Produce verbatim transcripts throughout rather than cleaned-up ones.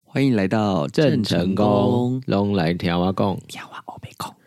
欢迎来到郑成功，拢来听我讲， 听我欧北讲。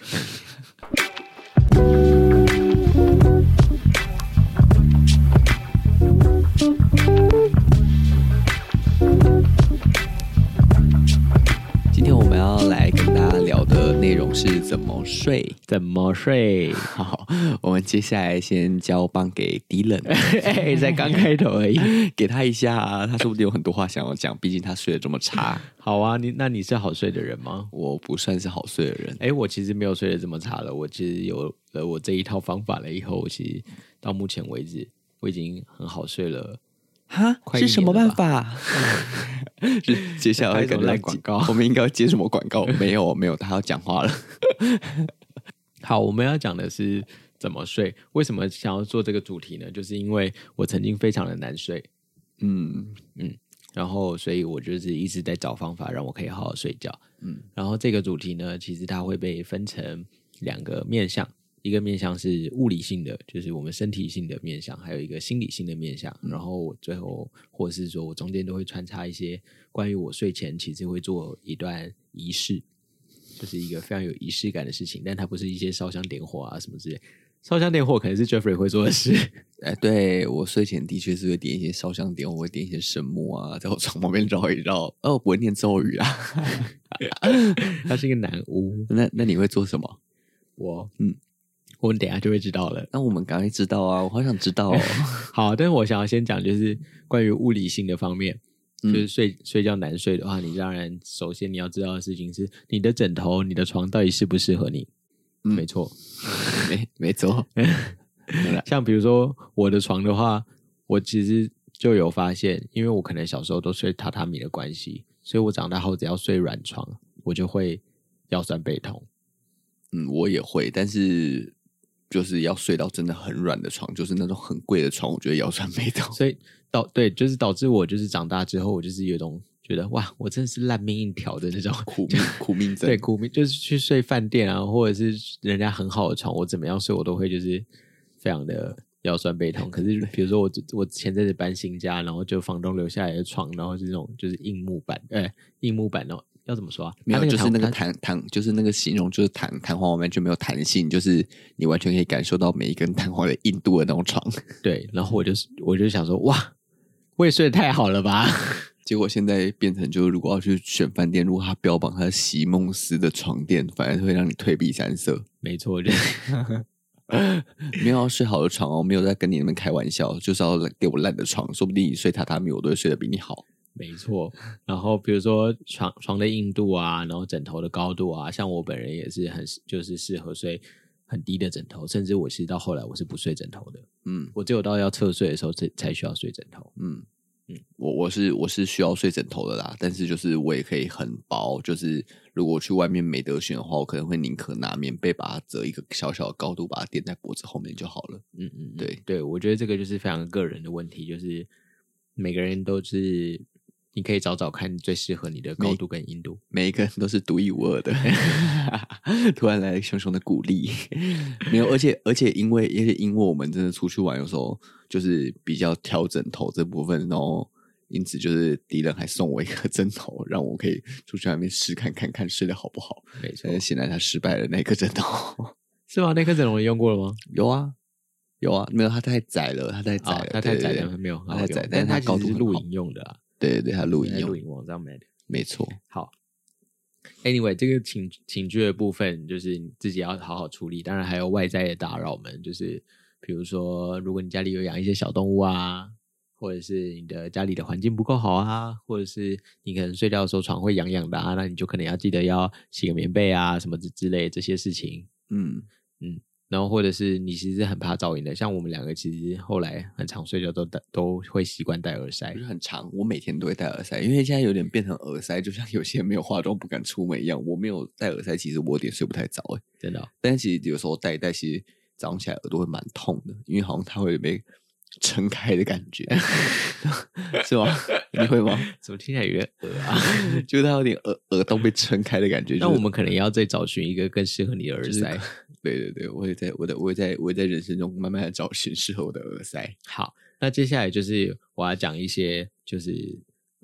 今天我们要来跟大家聊的内容是怎么睡， 怎么睡？ 好，我们接下来先交棒给Dylan， 哎，才刚开头而已， 给他一下啊，他说不定有很多话想要讲，毕竟他睡得这么差。 好啊，你那你是好睡的人吗？ 我不算是好睡的人。 哎，我其实没有睡得这么差了，我其实有了我这一套方法了以后，我其实到目前为止我已经很好睡了。 哈，是什么办法？是接下来开什么烂广告？ 我们应该要接什么广告？没有，没有，他要讲话了。 好，我们要讲的是怎么睡。为什么想要做这个主题呢？就是因为我曾经非常的难睡， 嗯嗯，然后所以我就是一直在找方法让我可以好好睡觉。 嗯， 然后这个主题呢，其实它会被分成两个面向。一个面向是物理性的，就是我们身体性的面向，还有一个心理性的面向。然后最后，或者是说我中间都会穿插一些关于我睡前其实会做一段仪式，就是一个非常有仪式感的事情，但它不是一些烧香点火啊什么之类。烧香点火可能是 Jeffrey 会做的事。 哎，对，我睡前的确是会点一些烧香点火，会点一些神木啊，在我床旁边绕一绕。哦，不会念咒语啊。 他是一个男巫。 那那你会做什么？ 我嗯。 我们等一下就会知道了。 那我们赶快知道啊！我好想知道哦。 好，但是我想要先讲，就是关于物理性的方面， 嗯、 就是睡睡觉难睡的话，你当然首先你要知道的事情是，你的枕头、你的床到底适不适合你？嗯、没错， 没没错。 像比如说我的床的话，我其实就有发现，因为我可能小时候都睡榻榻米的关系，所以我长大后只要睡软床，我就会腰酸背痛。 嗯，我也会，但是。就是要睡到真的很软的床，就是那种很贵的床，我觉得腰酸背痛。 所以导对，就是导致我就是长大之后，我就是有一种觉得哇，我真的是烂命一条的那种苦命苦命症。 对，苦命就是去睡饭店啊，或者是人家很好的床，我怎么样睡我都会就是非常的腰酸背痛。可是比如说我我前阵子搬新家，然后就房东留下来的床，然后是那种就是硬木板，哎，硬木板哦。要怎么说啊？ 没有，就是那个弹弹，就是那个形容，就是弹弹簧完全没有弹性，就是你完全可以感受到每一根弹簧的硬度的那种床。 对，然后我就我就想说，哇，我也睡得太好了吧？ 结果现在变成，就是如果要去选饭店，如果他标榜他的席梦思的床垫，反而会让你退避三舍。 没错，就是没有要睡好的床哦，没有在跟你们开玩笑，就是要给我烂的床，说不定你睡榻榻米，我都会睡得比你好。 没错，然后比如说床床的硬度啊，然后枕头的高度啊，像我本人也是很就是适合睡很低的枕头，甚至我其实到后来我是不睡枕头的，嗯，我只有到要侧睡的时候才才需要睡枕头， 嗯嗯，我我是我是需要睡枕头的啦，但是就是我也可以很薄，就是如果去外面没得选的话，我可能会宁可拿棉被把它折一个小小的高度，把它垫在脖子后面就好了。 嗯嗯， 对对，我觉得这个就是非常个人的问题，就是每个人都是。你可以找找看最适合你的高度跟硬度， 每, 每一个人都是独一无二的。突然来了熊熊的鼓励，没有，而且而且因为因为因为我们真的出去玩，有时候就是比较挑枕头这部分，然后因此就是敌人还送我一个枕头，让我可以出去外面试看看看睡得好不好。 没错， 但是显然他失败了那个枕头， 是吗？那颗枕头你用过了吗？ 有啊。有啊，没有，它太窄了，它太窄了， 哦、它太窄了，没有， 它太窄， 但是它高度是露营用的啊。 对对对，它露营用， 露营网站买的， 没错。 好 ，Anyway， 这个寝寝具的部分就是你自己要好好处理，当然还有外在的打扰们，就是比如说，如果你家里有养一些小动物啊，或者是你的家里的环境不够好啊，或者是你可能睡觉的时候床会痒痒的啊，那你就可能要记得要洗个棉被啊，什么之之类这些事情。嗯嗯。然后或者是你其实很怕噪音的，像我们两个其实后来很常睡觉都都会习惯戴耳塞， 就是很长，我每天都会戴耳塞，因为现在有点变成耳塞，就像有些人没有化妆不敢出门一样。我没有戴耳塞，其实我有点睡不太着，哎， 真的、哦。 但是其实有时候戴一戴，其实早上起来耳朵会蛮痛的，因为好像它会被撑开的感觉，是吗？你会吗？ 怎么听起来有点恶啊？ 就是它有点耳耳洞被撑开的感觉。 那我们可能要再找寻一个更适合你的耳塞。 就是对对对，我会在我的我会在我会在人生中慢慢的找寻适合我的耳塞。 好，那接下来就是我要讲一些就是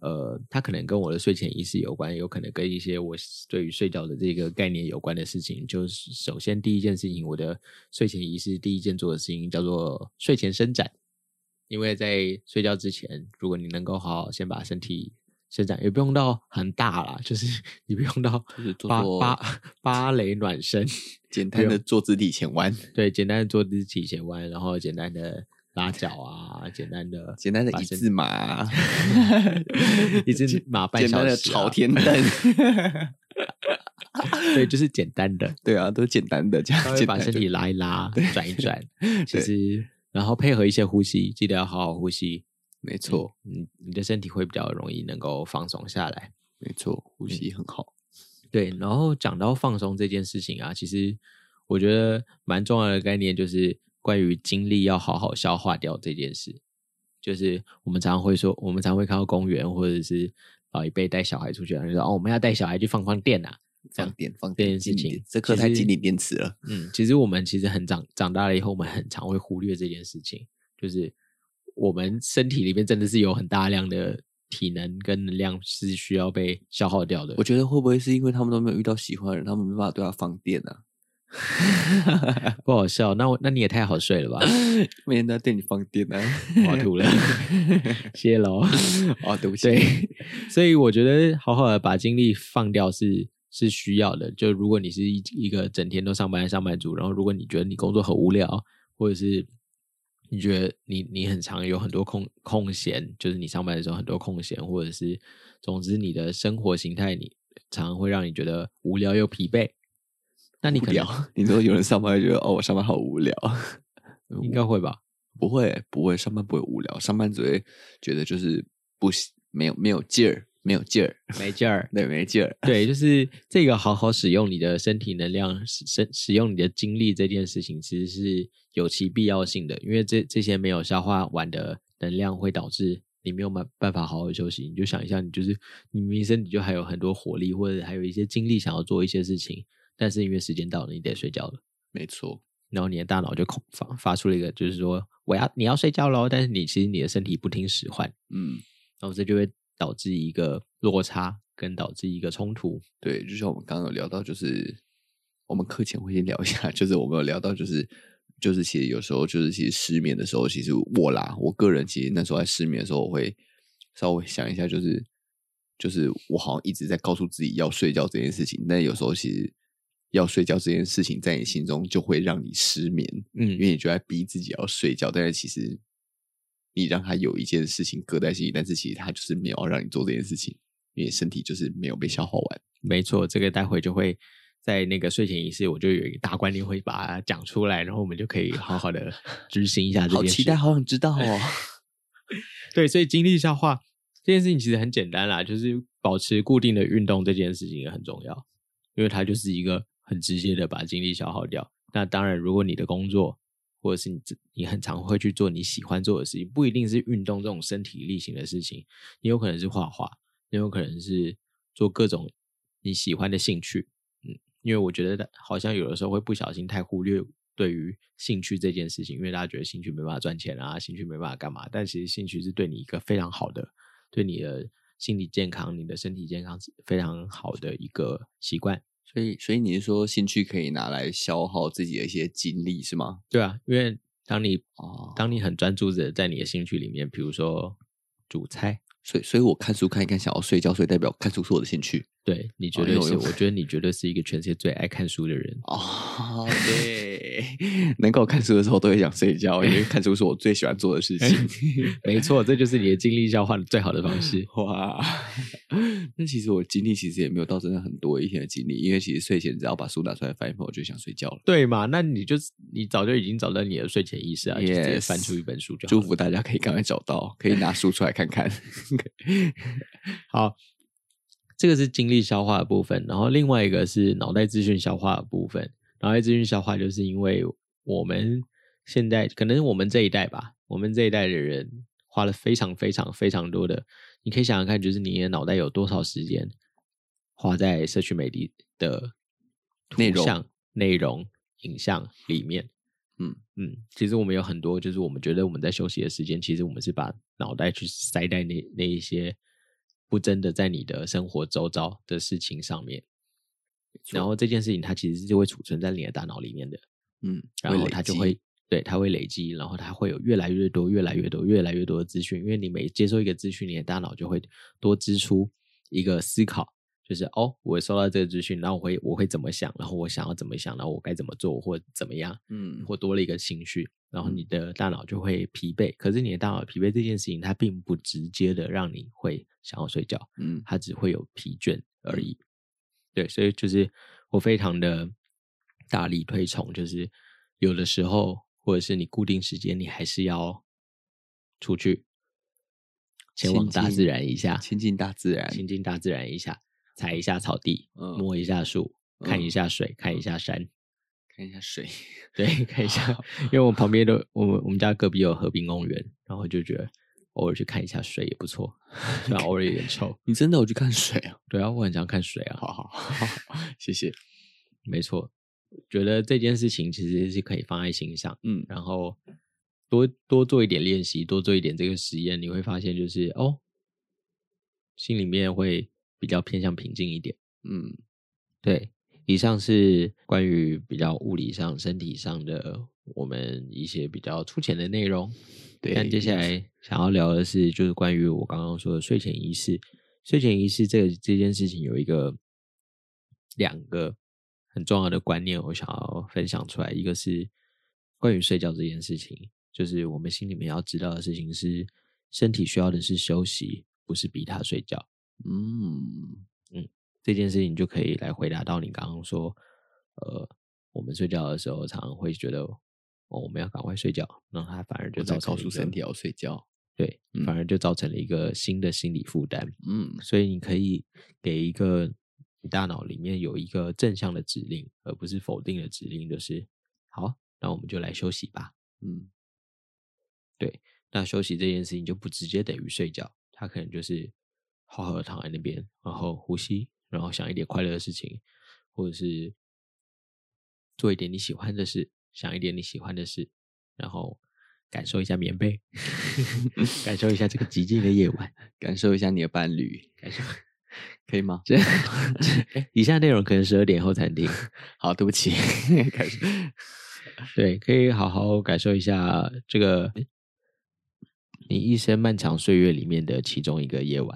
呃，它可能跟我的睡前仪式有关，有可能跟一些我对于睡觉的这个概念有关的事情。就是首先第一件事情，我的睡前仪式第一件做的事情叫做睡前伸展。因为在睡觉之前，如果你能够好好先把身体伸展，也不用到很大啦，就是你不用到就是做芭做芭芭蕾暖身， 简单的做肢体前弯， 对，简单的做肢体前弯，然后简单的拉脚啊，简单的简单的把身一字马、啊， 一字马半简单的小时、啊， 朝天凳， 对，就是简单的， 对啊，都简单的这样， 稍微简单就把身体拉一拉，转一转，其实然后配合一些呼吸，记得要好好呼吸， 没错， 嗯，你的身体会比较容易能够放松下来。 没错，呼吸很好。 对，然后讲到放松这件事情啊，其实我觉得蛮重要的概念就是关于精力要好好消化掉这件事。就是我们常常会说，我们常常会看到公园或者是老一辈带小孩出去，然后就说哦，我们要带小孩去放放电啊， 放电放这电件事情， 这课太经理电池了。 嗯，其实我们其实很长长大了以后，我们很常会忽略这件事情，就是我们身体里面真的是有很大量的体能跟能量是需要被消耗掉的。 我觉得会不会是因为他们都没有遇到喜欢的人，他们没办法对他放电啊？ 不好笑，那我那你也太好睡了吧？ 每天都要对你放电啊！ 我要吐了，谢喽。 哦，对不起。 对，所以我觉得好好的把精力放掉是是需要的。就如果你是一一个整天都上班的上班族，然后如果你觉得你工作很无聊，或者是你觉得你你很常有很多空空闲，就是你上班的时候很多空闲，或者是总之你的生活形态你常常会让你觉得无聊又疲惫。那你可能无聊，你说有人上班会觉得哦，我上班好无聊， 应该会吧？ 不会，不会，上班不会无聊，上班只会觉得就是不没有没有劲儿，没有劲儿， 没劲儿， 对，没劲儿， 对，就是这个好好使用你的身体能量，使使用你的精力这件事情，其实是有其必要性的，因为这这些没有消化完的能量会导致你没有办法好好休息。你就想一下，你就是你明明身体就还有很多活力，或者还有一些精力想要做一些事情，但是因为时间到了，你得睡觉了， 没错。 然后你的大脑就恐发发出了一个，就是说我要你要睡觉咯，但是你其实你的身体不听使唤， 嗯， 然后这就会导致一个落差，跟导致一个冲突。 对，就像我们刚刚有聊到，就是我们课前会先聊一下，就是我们有聊到，就是就是其实有时候就是其实失眠的时候，其实我啦，我个人其实那时候在失眠的时候，我会稍微想一下，就是就是我好像一直在告诉自己要睡觉这件事情，但有时候其实要睡觉这件事情在你心中就会让你失眠， 嗯， 因为你就在逼自己要睡觉，但是其实你让他有一件事情搁在心里，但是其实他就是没有要让你做这件事情，因为身体就是没有被消耗完。 没错，这个待会就会在那个睡前仪式，我就有一个大观念会把它讲出来，然后我们就可以好好的执行一下这件事。 好期待，好想知道哦。 对，所以精力消化这件事情其实很简单啦，就是保持固定的运动这件事情也很重要，因为它就是一个很直接的把精力消耗掉。那当然，如果你的工作或者是你你很常会去做你喜欢做的事情，不一定是运动这种身体力行的事情，你有可能是画画，你有可能是做各种你喜欢的兴趣，嗯，因为我觉得好像有的时候会不小心太忽略对于兴趣这件事情，因为大家觉得兴趣没办法赚钱啊，兴趣没办法干嘛，但其实兴趣是对你一个非常好的，对你的心理健康、你的身体健康是非常好的一个习惯。 所以，所以你是说兴趣可以拿来消耗自己的一些精力是吗？ 对啊，因为当你、 哦、 当你很专注的在你的兴趣里面，比如说煮菜， 所以，所以我看书看一看，想要睡觉，所以代表看书是我的兴趣。 对，你绝对是， 哦、 我觉得你绝对是一个全世界最爱看书的人。 哦，对，能够看书的时候都会想睡觉，因为看书是我最喜欢做的事情。 没错，这就是你的精力消化的最好的方式。 哇，那其实我精力其实也没有到真的很多一天的精力，因为其实睡前只要把书拿出来翻一翻，我就想睡觉了。 对嘛？那你就你早就已经找到你的睡前仪式啊， yes, 就直接翻出一本书就好了。 祝福大家可以赶快找到，可以拿书出来看看。 好。这个是精力消化的部分，然后另外一个是脑袋资讯消化的部分。脑袋资讯消化就是因为我们现在可能我们这一代吧，我们这一代的人花了非常非常非常多的，你可以想想看，就是你的脑袋有多少时间花在社区媒体的图像、内容、影像里面。嗯嗯，其实我们有很多，就是我们觉得我们在休息的时间，其实我们是把脑袋去塞在那那一些不真的在你的生活周遭的事情上面。然后这件事情它其实是会储存在你的大脑里面的， 嗯， 然后它就会对它会累积，然后它会有越来越多、越来越多、越来越多的资讯，因为你每接收一个资讯，你的大脑就会多支出一个思考，就是哦，我收到这个资讯，然后我会我会怎么想，然后我想要怎么想，然后我该怎么做或怎么样， 嗯， 或多了一个情绪，然后你的大脑就会疲惫。可是你的大脑疲惫这件事情，它并不直接的让你会想要睡觉， 嗯， 它只会有疲倦而已。嗯对，所以就是我非常的大力推崇，就是有的时候或者是你固定时间，你还是要出去前往大自然一下， 亲近大自然， 亲近大自然一下，踩一下草地， 嗯、 摸一下树， 嗯、 看一下水，嗯、看一下山， 看一下水， 对，看一下，因为我旁边的我们我们家隔壁有河滨公园，然后就觉得偶尔去看一下水也不错，虽然偶尔有点臭。 你真的有去看水啊？ 对啊，我很想看水啊。 好好好，谢谢。 没错，觉得这件事情其实是可以放在心上， 嗯， 然后多多做一点练习，多做一点这个实验，你会发现就是哦，心里面会比较偏向平静一点。 嗯， 对。以上是关于比较物理上、身体上的我们一些比较粗浅的内容。 对， 但接下来想要聊的是，就是关于我刚刚说的睡前仪式。睡前仪式这个这件事情有一个两个很重要的观念，我想要分享出来。一个是关于睡觉这件事情，就是我们心里面要知道的事情是，身体需要的是休息，不是逼他睡觉。 嗯嗯。这件事情就可以来回答到你刚刚说，呃，我们睡觉的时候常常会觉得，哦，我们要赶快睡觉，那它反而就造成告诉身体要睡觉， 对， 嗯、 反而就造成了一个新的心理负担。 嗯， 所以你可以给一个你大脑里面有一个正向的指令，而不是否定的指令，就是好，那我们就来休息吧。 嗯， 对，那休息这件事情就不直接等于睡觉，它可能就是好好的躺在那边，然后呼吸。然后想一点快乐的事情，或者是做一点你喜欢的事，想一点你喜欢的事，然后感受一下棉被，感受一下这个寂静的夜晚， 感受一下你的伴侣， 感受可以吗？ 这以下内容可能十二点后才能听。 好，对不起，开始。 对，可以好好感受一下这个你一生漫长岁月里面的其中一个夜晚。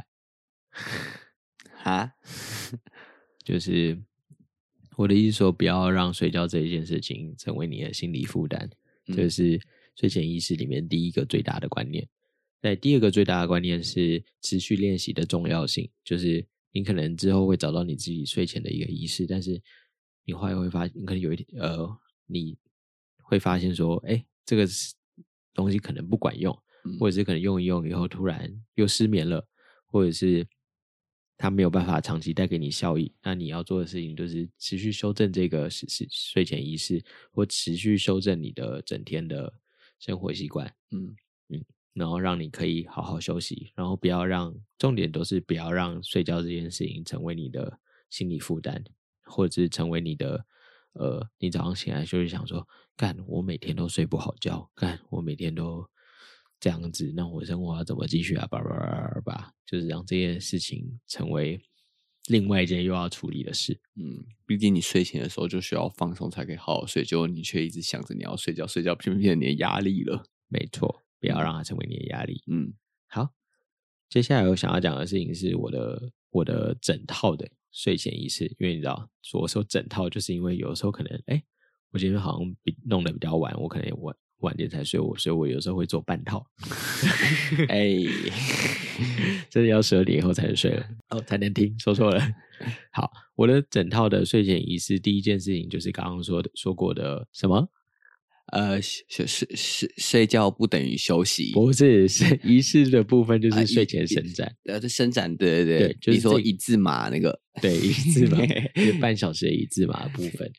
哈， 就是我的意思说，不要让睡觉这一件事情成为你的心理负担， 嗯、 这是睡前仪式里面第一个最大的观念。在第二个最大的观念是持续练习的重要性，就是你可能之后会找到你自己睡前的一个仪式，但是你后来会发现，你可能有一天呃，你会发现说，哎，这个东西可能不管用， 嗯、 或者是可能用一用以后突然又失眠了，或者是它没有办法长期带给你效益，那你要做的事情就是持续修正这个是是睡前仪式，或持续修正你的整天的生活习惯， 嗯嗯，然后让你可以好好休息，然后不要让重点都是不要让睡觉这件事情成为你的心理负担，或者是成为你的呃，你早上醒来就会想说，干我每天都睡不好觉，干我每天都这样子，那我生活要怎么继续啊？叭叭叭叭，就是让这件事情成为另外一件又要处理的事。 嗯，毕竟你睡前的时候就需要放松才可以好好睡，结果你却一直想着你要睡觉，睡觉偏偏变成你的压力了。 没错，不要让它成为你的压力。 嗯， 好，接下来我想要讲的事情是我的我的整套的睡前仪式，因为你知道，我说整套，就是因为有时候可能，哎，我今天好像比弄得比较晚，我可能晚晚点才睡，我所以我有时候会做半套， 哎， 真的要十二点以后才能睡了，哦，才能听，说错了。好，我的整套的睡前仪式，第一件事情就是刚刚说的说过的什么？ 呃，睡睡睡睡觉不等于休息， 不是，是仪式的部分就是睡前伸展。 呃，这伸展，对对对，就是你说一字马那个， 对，一字马，就是半小时的一字马的部分。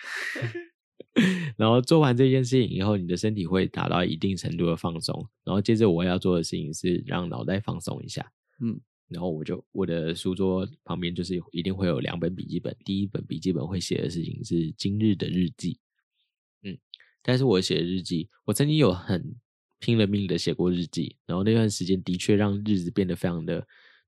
然后做完这件事情以后，你的身体会达到一定程度的放松。然后接着我要做的事情是让脑袋放松一下。 嗯， 然后我就我的书桌旁边就是一定会有两本笔记本，第一本笔记本会写的事情是今日的日记。嗯，但是我写的日记，我曾经有很拼了命的写过日记，然后那段时间的确让日子变得非常的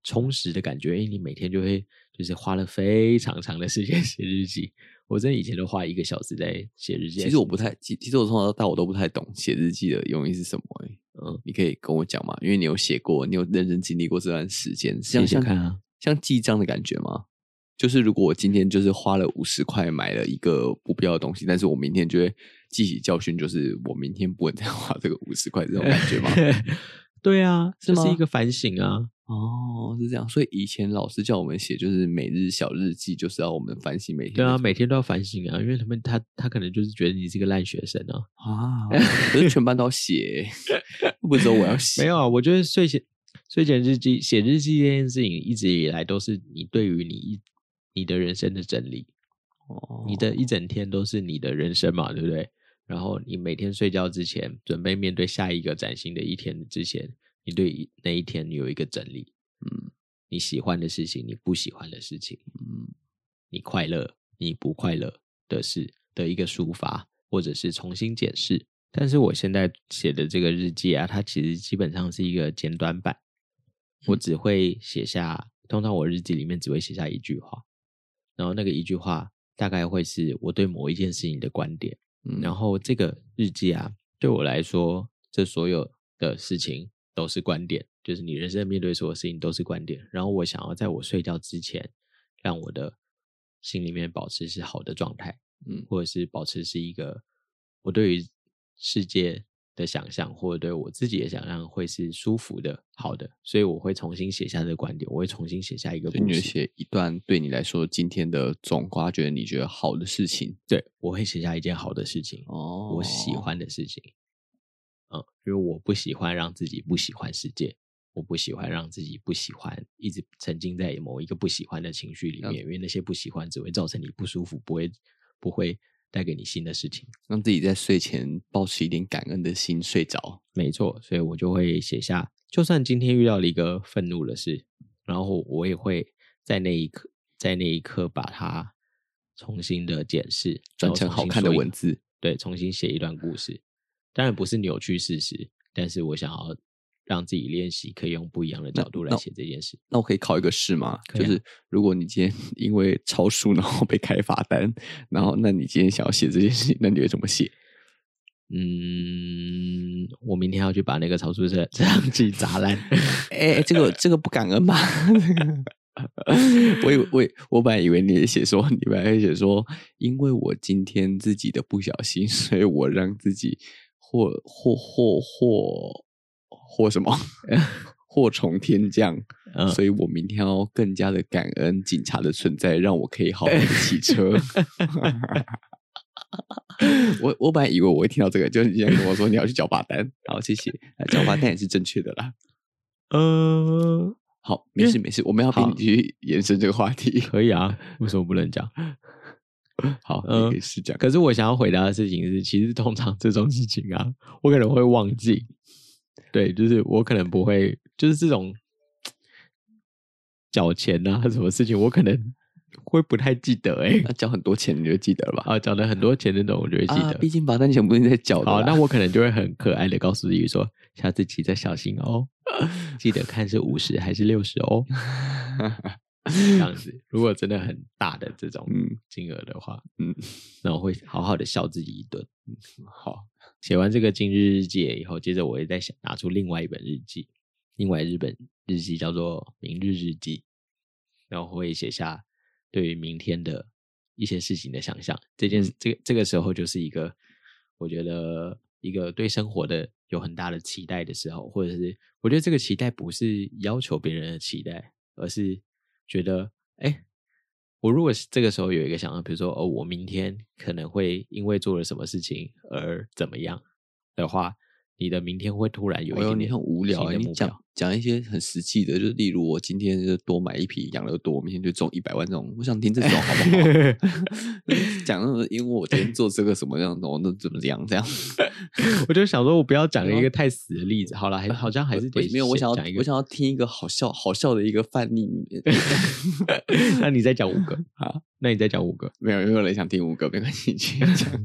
充实的感觉，诶你每天就会就是花了非常长的时间写日记。我真的以前都花一个小时在写日记。 其实我不太，其其实我从小到大我都不太懂写日记的用意是什么、欸。 嗯， 你可以跟我讲吗？因为你有写过，你有认真经历过这段时间， 写写看啊， 像记账的感觉吗？就是如果我今天就是花了五十块买了一个不必要的东西，但是我明天就会记起教训，就是我明天不能再花这个五十块这种感觉吗？ 对啊， 是吗？ 这是一个反省啊。 哦，是这样。所以以前老师叫我们写就是每日小日记，就是要我们反省每天。 对啊，每天都要反省啊，因为他们他他可能就是觉得你是个烂学生啊。 啊，可是全班都要写，不只有我要写。 没有啊，我觉得睡前睡前日记写日记这件事情，一直以来都是你对于你你的人生的整理。哦，你的一整天都是你的人生嘛，对不对？然后你每天睡觉之前，准备面对下一个崭新的一天之前，你对那一天你有一个整理。嗯，你喜欢的事情，你不喜欢的事情，嗯，你快乐，你不快乐的事的一个抒发，或者是重新检视。但是我现在写的这个日记啊，它其实基本上是一个简短版，我只会写下，通常我日记里面只会写下一句话，然后那个一句话大概会是我对某一件事情的观点。嗯，然后这个日记啊，对我来说，这所有的事情都是观点，就是你人生面对所有事情都是观点。然后我想要在我睡觉之前，让我的心里面保持是好的状态，嗯，或者是保持是一个我对于世界的想象，或者对我自己的想象会是舒服的、好的。所以我会重新写下这个观点，我会重新写下一个故事。所以你会写一段对你来说今天的总括，觉得你觉得好的事情。 对，我会写下一件好的事情，哦，我喜欢的事情。嗯，因为我不喜欢让自己不喜欢世界，我不喜欢让自己不喜欢一直沉浸在某一个不喜欢的情绪里面，因为那些不喜欢只会造成你不舒服，不会不会带给你新的事情。 让自己在睡前抱持一点感恩的心睡着。 没错，所以我就会写下，就算今天遇到了一个愤怒的事，然后我也会在那一刻在那一刻把它重新的检视， 转成好看的文字。 对，重新写一段故事。当然不是扭曲事实，但是我想要让自己练习可以用不一样的角度来写这件事。 那, 那我可以考一个试吗？ 啊、 就是如果你今天因为超速然后被开罚单，然后那你今天想要写这件事情，那你会怎么写？ 嗯，我明天要去把那个超速车辆机砸烂。 哎、欸，这个这个不感恩吧？我以为我我本来以为你也写说，你本来会写说，因为我今天自己的不小心，所以我让自己祸祸祸祸祸什么祸从天降、嗯，所以我明天要更加的感恩警察的存在，让我可以好好的骑车。我我本来以为我会听到这个，就是你现在跟我说你要去缴罚单，好，谢谢，缴罚单也是正确的啦。 呃， 好，没事没事，我们要逼你去延伸这个话题， 可以啊？为什么不能讲？ 好，呃、你可以试讲。 可是我想要回答的事情是，其实通常这种事情啊，我可能会忘记。对，就是我可能不会，就是这种缴钱啊，什么事情，我可能会不太记得哎、欸。 那缴很多钱你就记得了吧？ 啊，缴了很多钱那种我就会记得。 毕、啊、竟罚单钱不是你在缴的。 好，那我可能就会很可爱的告诉自己说，下次骑再小心哦，记得看是五十还是六十哦。这样子，如果真的很大的这种金额的话，嗯，那我会好好的笑自己一顿。嗯，好，写完这个今日日记以后，接着我会再想拿出另外一本日记，另外一本日记叫做明日日记，然后会写下对于明天的一些事情的想象。这件、嗯、这个这个时候就是一个我觉得一个对生活的有很大的期待的时候，或者是我觉得这个期待不是要求别人的期待，而是觉得哎，我如果是这个时候有一个想法，比如说哦，我明天可能会因为做了什么事情而怎么样的话，你的明天会突然有一点点新的目标。 你很无聊、欸、你讲讲一些很实际的，就是例如我今天就多买一批养乐多，我明天就中一百万这种，我想听这种好不好？讲那种因为我今天做这个什么样的，那怎么样这样？ 我就想说，我不要讲一个太死的例子。好了，还好像还是得没有。我想要我想要听一个好笑好笑的一个范例。 那你再讲五个啊？那你再讲五个？ 没有，没有人想听五个，没关系，继续讲。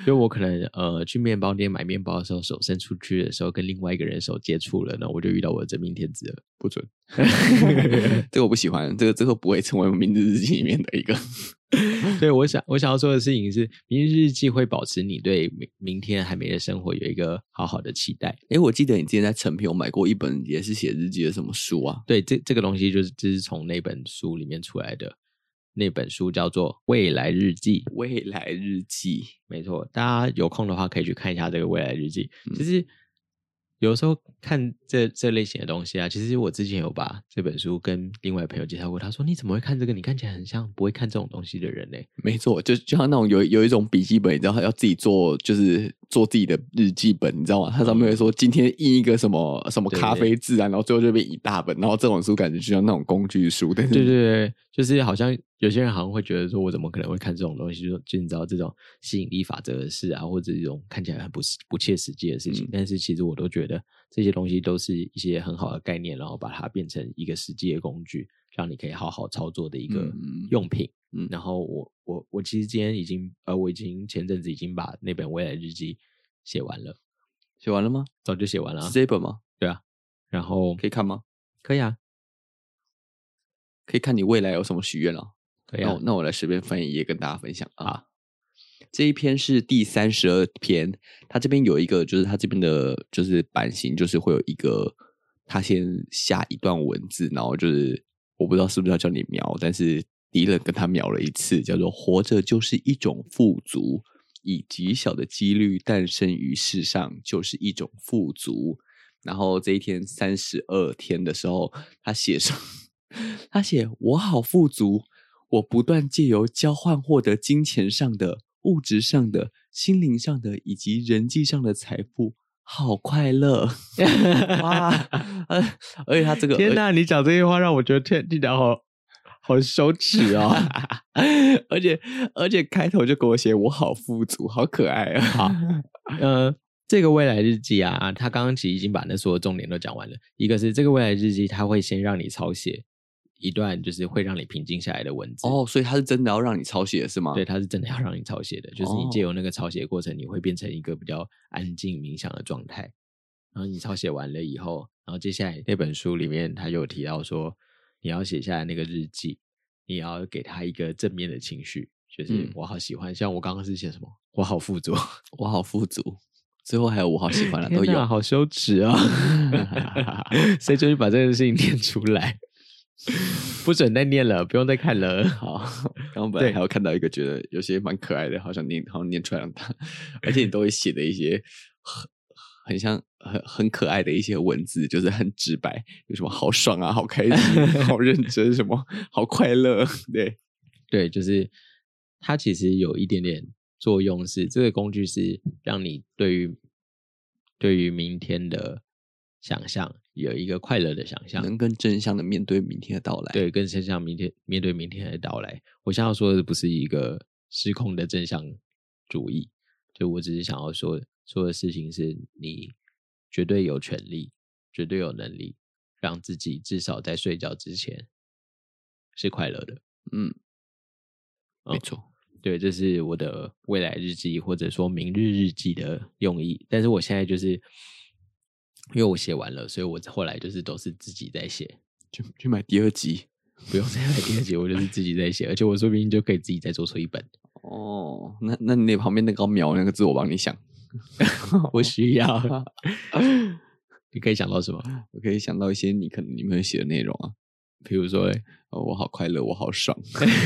就我可能呃去面包店买面包的时候，手伸出去的时候跟另外一个人手接触了，那我就遇到我的真命天子了， 不准。这个我不喜欢，这个这个不会成为明日日记里面的一个。 对，我想我想要说的事情是，明日日记会保持你对明明天还没的生活有一个好好的期待。 诶，我记得你之前在成品有买过一本也是写日记的什么书啊？ 对，这这个东西就是就是从那本书里面出来的。那本书叫做《未来日记》， 未来日记， 没错，大家有空的话可以去看一下这个未来日记。 嗯、 其实有时候看这这类型的东西啊，其实我之前有把这本书跟另外朋友介绍过，他说你怎么会看这个？你看起来很像不会看这种东西的人呢、欸。 没错，就就像那种有有一种笔记本，你知道要自己做，就是做自己的日记本，你知道吗？它上面会说今天印一个什么什么咖啡字啊，然后最后就变一大本，然后这种书感觉就像那种工具书，但是对对对，就是好像有些人好像会觉得说，我怎么可能会看这种东西？就就你知道这种吸引力法则的事啊，或者这种看起来很不不切实际的事情，嗯、但是其实我都觉得这些东西都是一些很好的概念，然后把它变成一个实际的工具，让你可以好好操作的一个用品。嗯，然后我我我其实今天已经呃，我已经前阵子已经把那本未来日记写完了， 写完了吗？ 早就写完了、啊， 是这本吗？ 对啊，然后可以看吗？ 可以啊， 可以看你未来有什么许愿了。 可以啊， 那我那我来随便翻一页跟大家分享啊。这一篇是第三十二篇，它这边有一个，就是它这边的，就是版型，就是会有一个，它先下一段文字，然后就是我不知道是不是要叫你描，但是敌人跟他描了一次，叫做“活着就是一种富足，以极小的几率诞生于世上，就是一种富足”。然后这一天三十二天的时候，他写上，他写我好富足，我不断借由交换获得金钱上的、物质上的、心灵上的以及人际上的财富，好快乐哇！而且他这个， 天哪，你讲这句话让我觉得听听起来好好羞耻哦！ 而且而且开头就给我写我好富足，好可爱啊！ 好，呃。这个未来日记啊，他刚刚其实已经把那所有重点都讲完了。一个是这个未来日记，他会先让你抄写一段，就是会让你平静下来的文字。 哦，所以他是真的要让你抄写的是吗？ 对，他是真的要让你抄写的，就是你借由那个抄写过程，你会变成一个比较安静冥想的状态。然后你抄写完了以后，然后接下来那本书里面他就有提到说，你要写下来那个日记，你要给他一个正面的情绪，就是我好喜欢。嗯、像我刚刚是写什么？我好富足， 我好富足。最后还有我好喜欢的都有， 好羞耻啊、哦！所以就去把这件事情念出来，不准再念了，不用再看了。 好，刚刚本来还有看到一个觉得有些蛮可爱的，好想念，好像念出来让他，而且你都会写的一些很很像很很可爱的一些文字，就是很直白，有什么好爽啊，好开心，好认真，什么好快乐，对对，就是它其实有一点点。作用是这个工具是让你对于对于明天的想象有一个快乐的想象， 能更正向的面对明天的到来。 对，更正向明天面对明天的到来。我想要说的不是一个失控的正向主义，就我只是想要说说的事情是你绝对有权利，绝对有能力让自己至少在睡觉之前是快乐的。 嗯，没错。 嗯对，这是我的未来日记或者说明日日记的用意。但是我现在就是因为我写完了，所以我后来就是都是自己在写， 就去买第二集， 不用再买第二集，我就是自己在写，而且我说不定就可以自己再做出一本。 哦，那那你旁边那个描那个字我帮你想， 不需要。你可以想到什么？ 我可以想到一些你可能你们写的内容啊， 比如说、 哦，我好快乐，我好爽。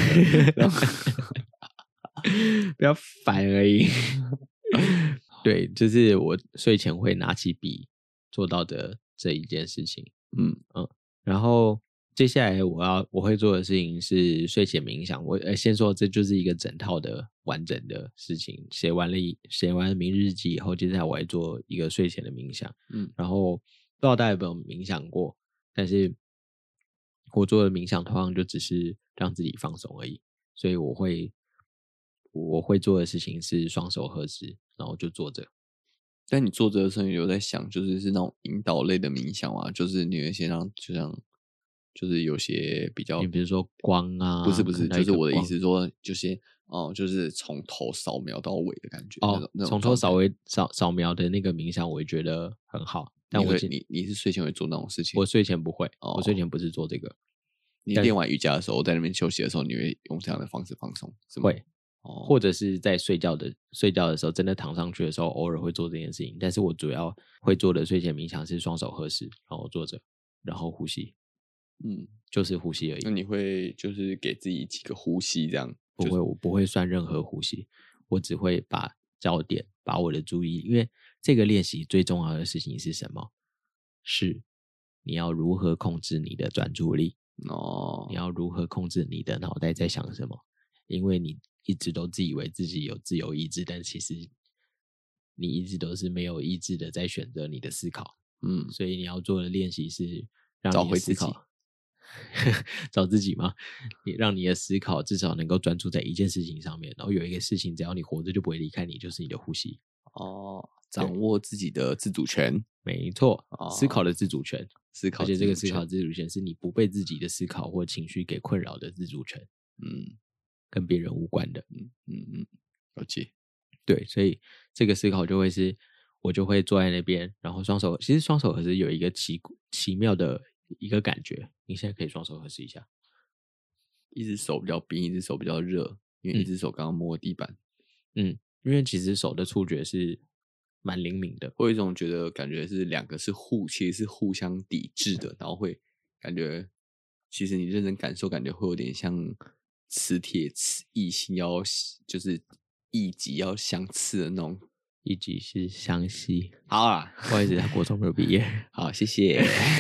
不要烦而已。对，就是我睡前会拿起笔做到的这一件事情。 嗯嗯，然后接下来我要我会做的事情是睡前冥想。我呃先说这就是一个整套的完整的事情。写完了写完明日记以后，接下来我会做一个睡前的冥想。 嗯， 然后不知道大家有没有冥想过，但是我做的冥想通常就只是让自己放松而已，所以我会。我会做的事情是双手合十，然后就坐着。 但你坐着的时候，有在想，就是是那种引导类的冥想嘛？就是你会先让，就像就是有些比较， 你比如说光啊， 不是不是，就是我的意思说，就是哦、呃，就是从头扫描到尾的感觉。 哦，从头扫尾扫扫描的那个冥想，我也觉得很好。但我你你你是睡前会做那种事情？ 我睡前不会， 哦、 我睡前不是做这个。 你练完瑜伽的时候，在那边休息的时候，你会用这样的方式放松，是吗？ 会，哦，或者是在睡觉的睡觉的时候，真的躺上去的时候，偶尔会做这件事情。但是我主要会做的睡前冥想是双手合十，然后坐着，然后呼吸，嗯，就是呼吸而已。 那你会就是给自己几个呼吸这样？ 不会，我不会算任何呼吸，我只会把焦点，把我的注意，因为这个练习最重要的事情是什么？是你要如何控制你的专注力。哦，你要如何控制你的脑袋在想什么？因为你一直都自以为自己有自由意志，但其实你一直都是没有意志的在选择你的思考。嗯，所以你要做的练习是让你的思考找自己吗？你让你的思考至少能够专注在一件事情上面，然后有一个事情只要你活着就不会离开你，就是你的呼吸。 哦，掌握自己的自主权， 没错，哦，思考的自主权。 思考， 而且这个思考自主权是你不被自己的思考或情绪给困扰的自主权，嗯，跟别人无关的， 嗯嗯嗯，了解。 对，所以这个思考就会是，我就会坐在那边，然后双手，其实双手合十有一个奇奇妙的一个感觉，你现在可以双手合十一下， 一只手比较冰，一只手比较热，因为一只手刚刚摸地板， 嗯，因为其实手的触觉是蛮灵敏的， 我有一种觉得感觉是两个是互，其实是互相抵制的，然后会感觉，其实你认真感受，感觉会有点像磁铁异性要就是异极要相似的那种， 异极是相吸。 好啊， 不好意思，他国中没有毕业。 好，谢谢。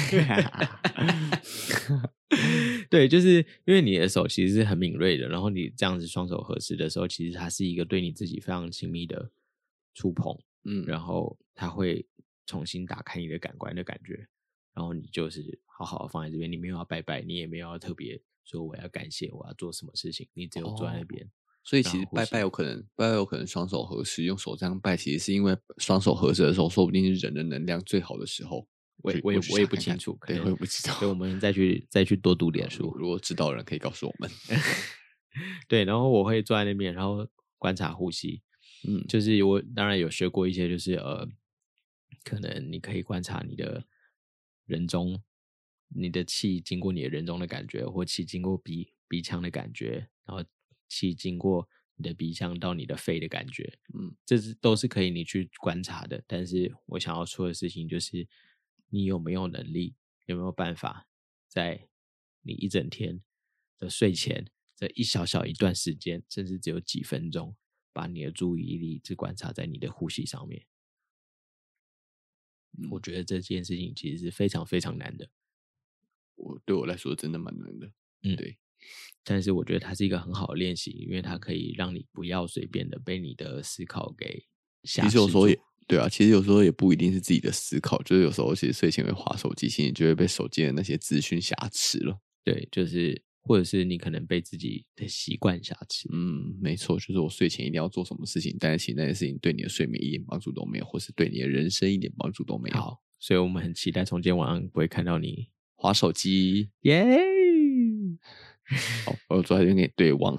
对，就是因为你的手其实是很敏锐的，然后你这样子双手合十的时候，其实它是一个对你自己非常亲密的触碰。嗯，然后它会重新打开你的感官的感觉，然后你就是好好放在这边，你没有要拜拜，你也没有要特别说我要感谢，我要做什么事情，你只有坐在那边。哦， 所以其实拜拜有可能，拜拜有可能双手合十，用手这样拜，其实是因为双手合十的时候，说不定是人的能量最好的时候。 我也我也我也不清楚， 对，我也不知道， 所以我们再去再去多读点书， 如果知道的人可以告诉我们。 对，然后我会坐在那边，然后观察呼吸。嗯，就是我当然有学过一些，就是呃，可能你可以观察你的人中，你的气经过你的人中的感觉，或气经过鼻鼻腔的感觉，然后气经过你的鼻腔到你的肺的感觉，嗯，这是都是可以你去观察的。但是我想要说的事情就是，你有没有能力，有没有办法，在你一整天的睡前这一小小一段时间，甚至只有几分钟，把你的注意力只观察在你的呼吸上面。嗯，我觉得这件事情其实是非常非常难的。 我对我来说真的蛮难的。嗯，对。 但是我觉得它是一个很好的练习，因为它可以让你不要随便的被你的思考给挟持住。 其实有时候也对啊，其实有时候也不一定是自己的思考，就是有时候其实睡前会滑手机，其实你就会被手机的那些资讯挟持了。 对，就是或者是你可能被自己的习惯挟持。 嗯，没错，就是我睡前一定要做什么事情，但是其实那件事情对你的睡眠一点帮助都没有，或是对你的人生一点帮助都没有。 好，所以我们很期待从今天晚上不会看到你滑手机， 耶、 yeah! 好，我坐在这边跟你对望。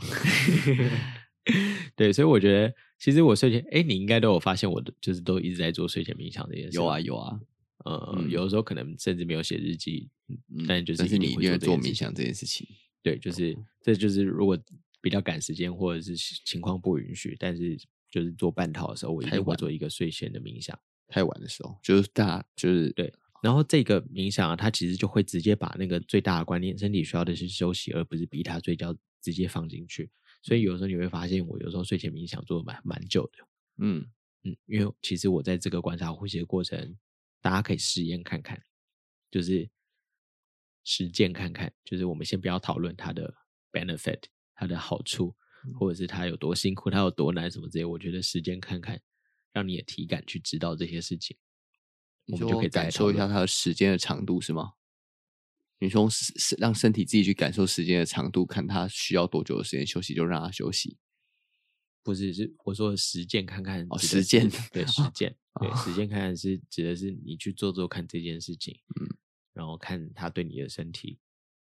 对，所以我觉得，其实我睡前，哎，你应该都有发现，我的就是都一直在做睡前冥想这件事。 有啊，有啊。 呃、嗯，有的时候可能甚至没有写日记，嗯、但就是但是你一定会做冥想这件事情。 对，就是、哦、这就是如果比较赶时间或者是情况不允许，但是就是做半套的时候，我一定会做一个睡前的冥想。 太晚的时候，就是大就是对。然后这个冥想啊，它其实就会直接把那个最大的观念，身体需要的是休息，而不是逼他睡觉，直接放进去。所以有时候你会发现，我有时候睡前冥想做的蛮蛮久的。嗯嗯，因为其实我在这个观察呼吸的过程，大家可以实验看看，就是实践看看，就是我们先不要讨论它的 benefit， 它的好处，或者是它有多辛苦，它有多难什么之类。我觉得实践看看，让你的体感去知道这些事情。 我们就可以感受一下它的时间的长度，是吗？你说让身体自己去感受时间的长度，看它需要多久的时间休息，就让它休息。 不是，是我说的实践看看。 哦，实践， 对，实践，对，实践看看是指的是你去做做看这件事情，嗯，然后看它对你的身体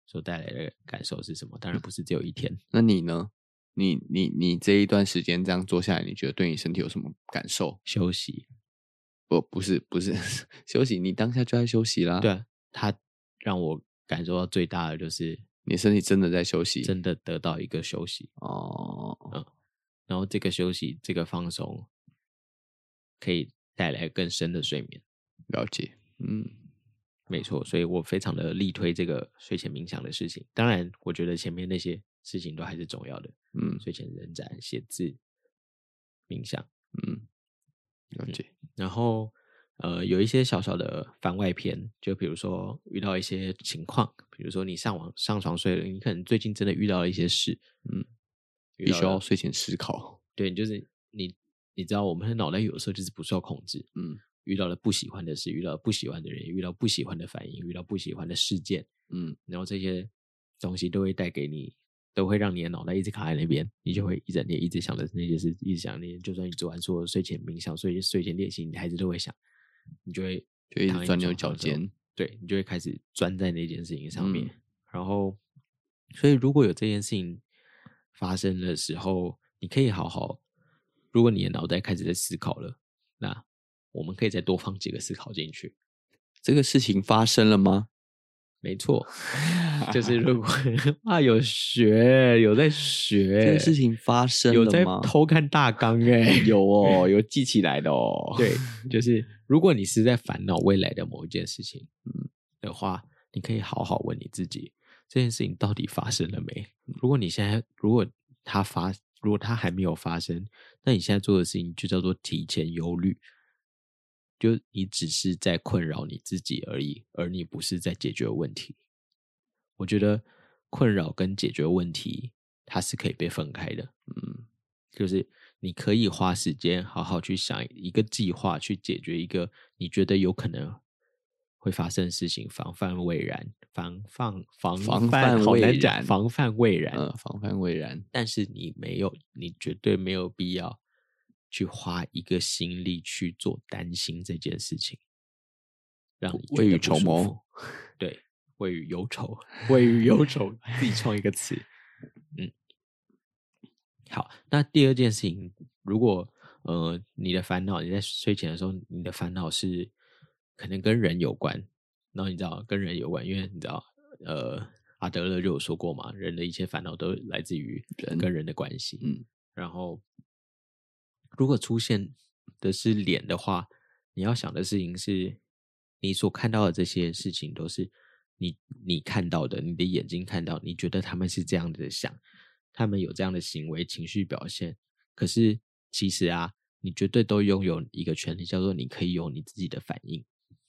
所带来的感受是什么？当然不是只有一天。 那你呢？你你你这一段时间这样做下来，你觉得对你身体有什么感受？ 休息。 不，不是不是休息，你当下就在休息啦。 对啊，它让我感受到最大的就是你身体真的在休息， 真的得到一个休息哦。 嗯，然后这个休息，这个放松，可以带来更深的睡眠。 了解，嗯， 没错，所以我非常的力推这个睡前冥想的事情。当然，我觉得前面那些事情都还是重要的， 嗯， 睡前伸展、写字、冥想， 嗯，了解。 嗯、然后呃，有一些小小的番外篇，就比如说遇到一些情况，比如说你上网上床睡了，你可能最近真的遇到了一些事， 嗯， 遇到必须要睡前思考。 对，就是你你知道，我们的脑袋有的时候就是不受控制， 嗯， 遇到了不喜欢的事，遇到了不喜欢的人，遇到不喜欢的反应，遇到不喜欢的事件， 嗯， 然后这些东西都会带给你，都会让你的脑袋一直卡在那边，你就会一整天一直想着那些事，一直想那些，就算你做完所有睡前冥想、睡睡前练习，你还是都会想，你就会就一直躺在钻牛角床上的时候尖。 对，你就会开始钻在那件事情上面， 嗯然后，所以如果有这件事情发生的时候，你可以好好，如果你的脑袋开始在思考了，那我们可以再多放几个思考进去。 这个事情发生了吗？ 没错，就是如果啊有学有在学， 这个事情发生有在了吗？ 偷看大纲哎、 有哦，有记起来的哦。 对，就是如果你是在烦恼未来的某一件事情， 嗯的话，你可以好好问你自己，这件事情到底发生了没？如果你现在，如果它发，如果它还没有发生，那你现在做的事情就叫做提前忧虑，就你只是在困扰你自己而已，而你不是在解决问题。我觉得困扰跟解决问题，它是可以被分开的。 嗯， 就是你可以花时间好好去想一个计划，去解决一个你觉得有可能会发生的事情，防范未然，防范防防范范好难讲， 未然防范未然。 呃，防范未然。 但是你没有，你绝对没有必要去花一个心力去做担心这件事情，让你未雨觉得不舒绸缪服。对，未雨忧愁，未雨忧愁，自己创一个词。嗯，好，那第二件事情，如果呃你的烦恼，你在睡前的时候，你的烦恼是可能跟人有关，然后你知道跟人有关，因为你知道呃阿德勒就有说过嘛，人的一切烦恼都来自于人跟人的关系。 嗯， 然后如果出现的是脸的话，你要想的事情是，你所看到的这些事情都是你你看到的，你的眼睛看到，你觉得他们是这样的想，他们有这样的行为、情绪表现。可是其实啊，你绝对都拥有一个权利，叫做你可以有你自己的反应。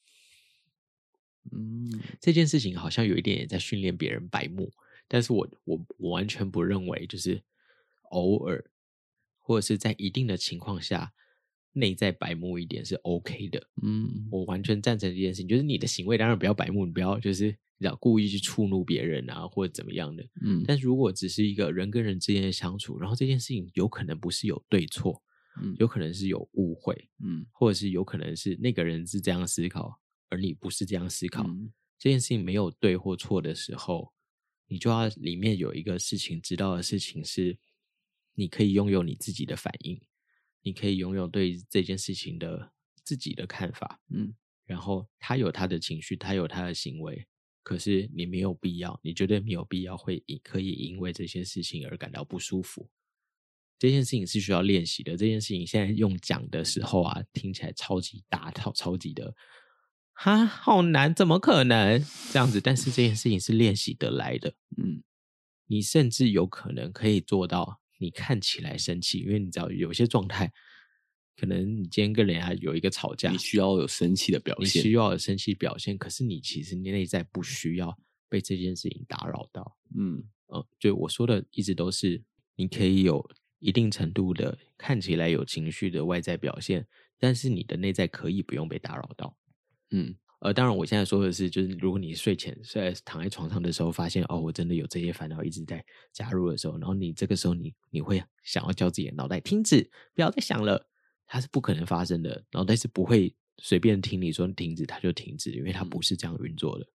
嗯， 这件事情好像有一点也在训练别人白目，但是我我我完全不认为，就是偶尔或者是在一定的情况下，内在白目一点是 OK 的。 嗯， 我完全赞成这件事情，就是你的行为当然不要白目，你不要就是你知道故意去触怒别人啊，或者怎么样的。 嗯， 但是如果只是一个人跟人之间的相处，然后这件事情有可能不是有对错， 嗯有可能是有误会， 嗯或者是有可能是那个人是这样思考，而你不是这样思考。 嗯这件事情没有对或错的时候，你就要里面有一个事情，知道的事情是，你可以拥有你自己的反应，你可以拥有对这件事情的自己的看法， 嗯然后他有他的情绪，他有他的行为，可是你没有必要，你绝对没有必要会因可以因为这些事情而感到不舒服。这件事情是需要练习的，这件事情现在用讲的时候啊，听起来超级大超超级的哈，好难，怎么可能这样子？但是这件事情是练习得来的， 嗯你甚至有可能可以做到，你看起来生气，因为你知道有些状态，可能你今天跟人家有一个吵架， 你需要有生气的表你现。 需要有生气表现，可是你其实内在不需要被这件事情打扰到。 嗯呃，就我说的一直都是，你可以有一定程度的看起来有情绪的外在表现，但是你的内在可以不用被打扰到。 嗯呃，当然，我现在说的是，就是如果你睡前睡在躺在床上的时候，发现哦，我真的有这些烦恼一直在加入的时候，然后你这个时候你你会想要叫自己的脑袋停止，不要再想了，它是不可能发生的，脑袋是不会随便听你说停止它就停止，因为它不是这样运作的。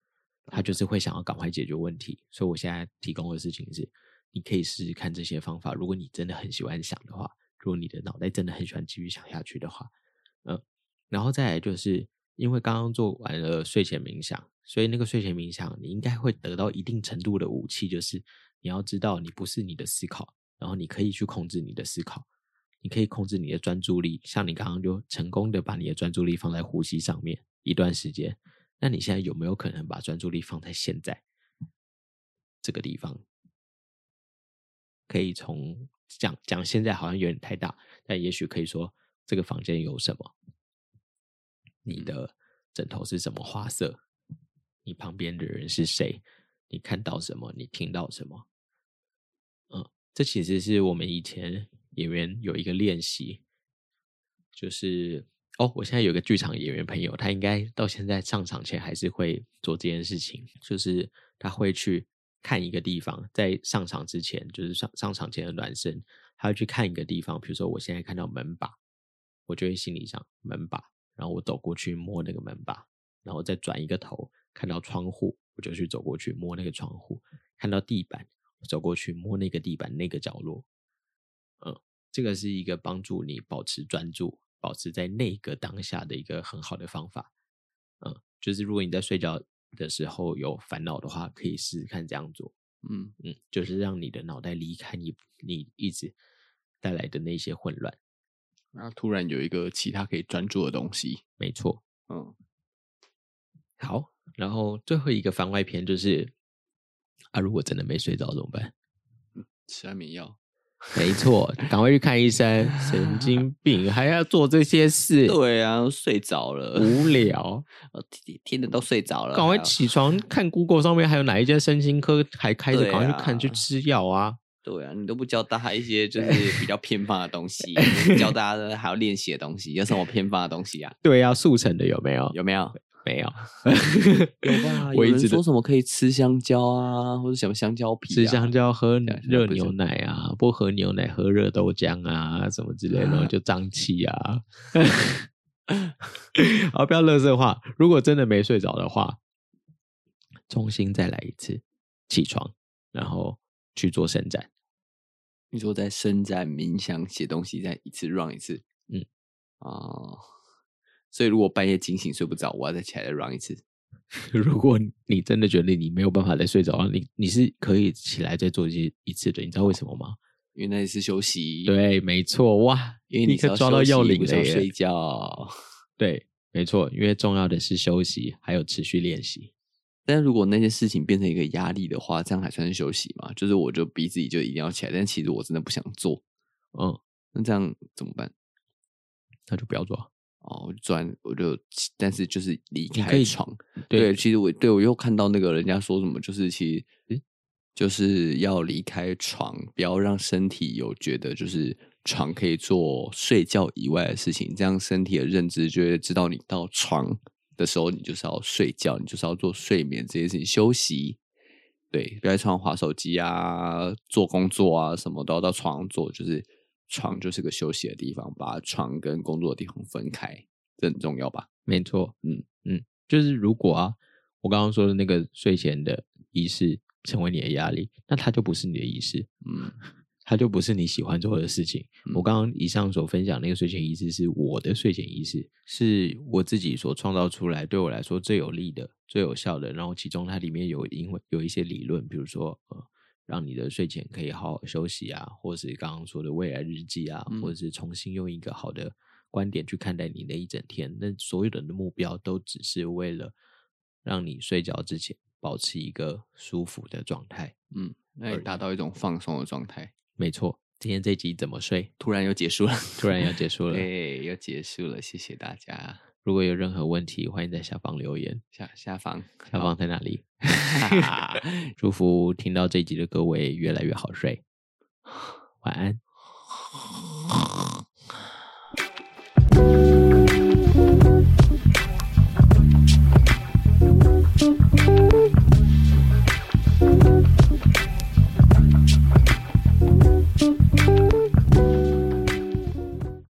他就是会想要赶快解决问题。所以我现在提供的事情是，你可以试试看这些方法。如果你真的很喜欢想的话，如果你的脑袋真的很喜欢继续想下去的话，嗯，然后再来就是因为刚刚做完了睡前冥想，所以那个睡前冥想你应该会得到一定程度的武器，就是你要知道你不是你的思考，然后你可以去控制你的思考，你可以控制你的专注力。像你刚刚就成功的把你的专注力放在呼吸上面一段时间，那你现在有没有可能把专注力放在现在这个地方？可以从讲讲现在好像有点太大，但也许可以说这个房间有什么，你的枕头是什么花色，你旁边的人是谁，你看到什么，你听到什么。嗯，这其实是我们以前演员有一个练习，就是哦，我现在有个剧场演员朋友，他应该到现在上场前还是会做这件事情，就是他会去看一个地方，在上场之前，就是上上场前的暖身，他会去看一个地方，比如说我现在看到门把，我就会心里想门把，然后我走过去摸那个门把，然后再转一个头看到窗户，我就去走过去摸那个窗户，看到地板，我走过去摸那个地板那个角落。嗯，这个是一个帮助你保持专注，保持在那个当下的一个很好的方法。嗯，就是如果你在睡觉的时候有烦恼的话，可以试试看这样做。 嗯嗯，就是让你的脑袋离开你你一直带来的那些混乱。 然后突然有一个其他可以专注的东西。 没错。 嗯， 好，然后最后一个番外篇就是啊，如果真的没睡着怎么办？ 吃安眠药。 没错，赶快去看医生。神经病，还要做这些事。 对啊，睡着了， 无聊， 听听的都睡着了， 赶快起床看 Google 上面还有哪一间身心科还开着， 对啊赶快去看去吃药啊。 对啊，你都不教大家一些就是比较偏方的东西，教大家还要练习的东西，有什么偏方的东西啊？ 对啊，速成的有没有？ 有没有？ 没有。 有吧？ 我一直有人说什么可以吃香蕉啊，或者什么香蕉皮、啊， 吃香蕉，喝香蕉不是热牛奶啊，不喝牛奶，喝热豆浆啊，什么之类的，然后就胀气啊。好，不要垃圾话。如果真的没睡着的话，重新再来一次，起床，然后去做伸展。 你说在伸展、冥想、写东西，再一次 run 一次， 嗯， 哦，所以如果半夜惊醒睡不着，我要再起来再 run 一次。 如果你真的觉得你没有办法再睡着，你你是可以起来再做一一次的，你知道为什么吗？ 因为那也是休息。 对，没错，哇， 因为你是要抓到要领了耶， 不是要睡觉。 对，没错，因为重要的是休息，还有持续练习。 但如果那件事情变成一个压力的话，这样还算是休息吗？就是我就逼自己就一定要起来，但其实我真的不想做。 嗯， 那这样怎么办？ 那就不要做。 哦，我就转，我就，但是就是离你可以开床。 对对，其实我对我又看到那个人家说什么，就是其实诶就是要离开床，不要让身体有觉得就是床可以做睡觉以外的事情，这样身体的认知就会知道你到床的时候，你就是要睡觉，你就是要做睡眠这些事情，休息。对，不要在床上滑手机啊，做工作啊，什么都要到床上做，就是床就是个休息的地方，把床跟工作的地方分开，这很重要吧？ 没错， 嗯嗯，就是如果啊，我刚刚说的那个睡前的仪式成为你的压力，那它就不是你的仪式， 嗯， 它就不是你喜欢做的事情。 嗯我刚刚以上所分享那个睡前仪式是我的睡前仪式，是我自己所创造出来，对我来说最有利的、最有效的。然后其中它里面有因为有一些理论，比如说呃，让你的睡前可以好好休息啊，或是刚刚说的未来日记啊， 嗯或者是重新用一个好的观点去看待你的一整天。那所有的目标都只是为了让你睡觉之前保持一个舒服的状态。 嗯，那也达到一种放松的状态。 没错，今天这集怎么睡？ 突然又结束了， 突然要结束了。 对，又结束了，谢谢大家。 如果有任何问题，欢迎在下方留言。 下下方， 下方在哪里？祝福听到这一集的各位越来越好睡，晚安。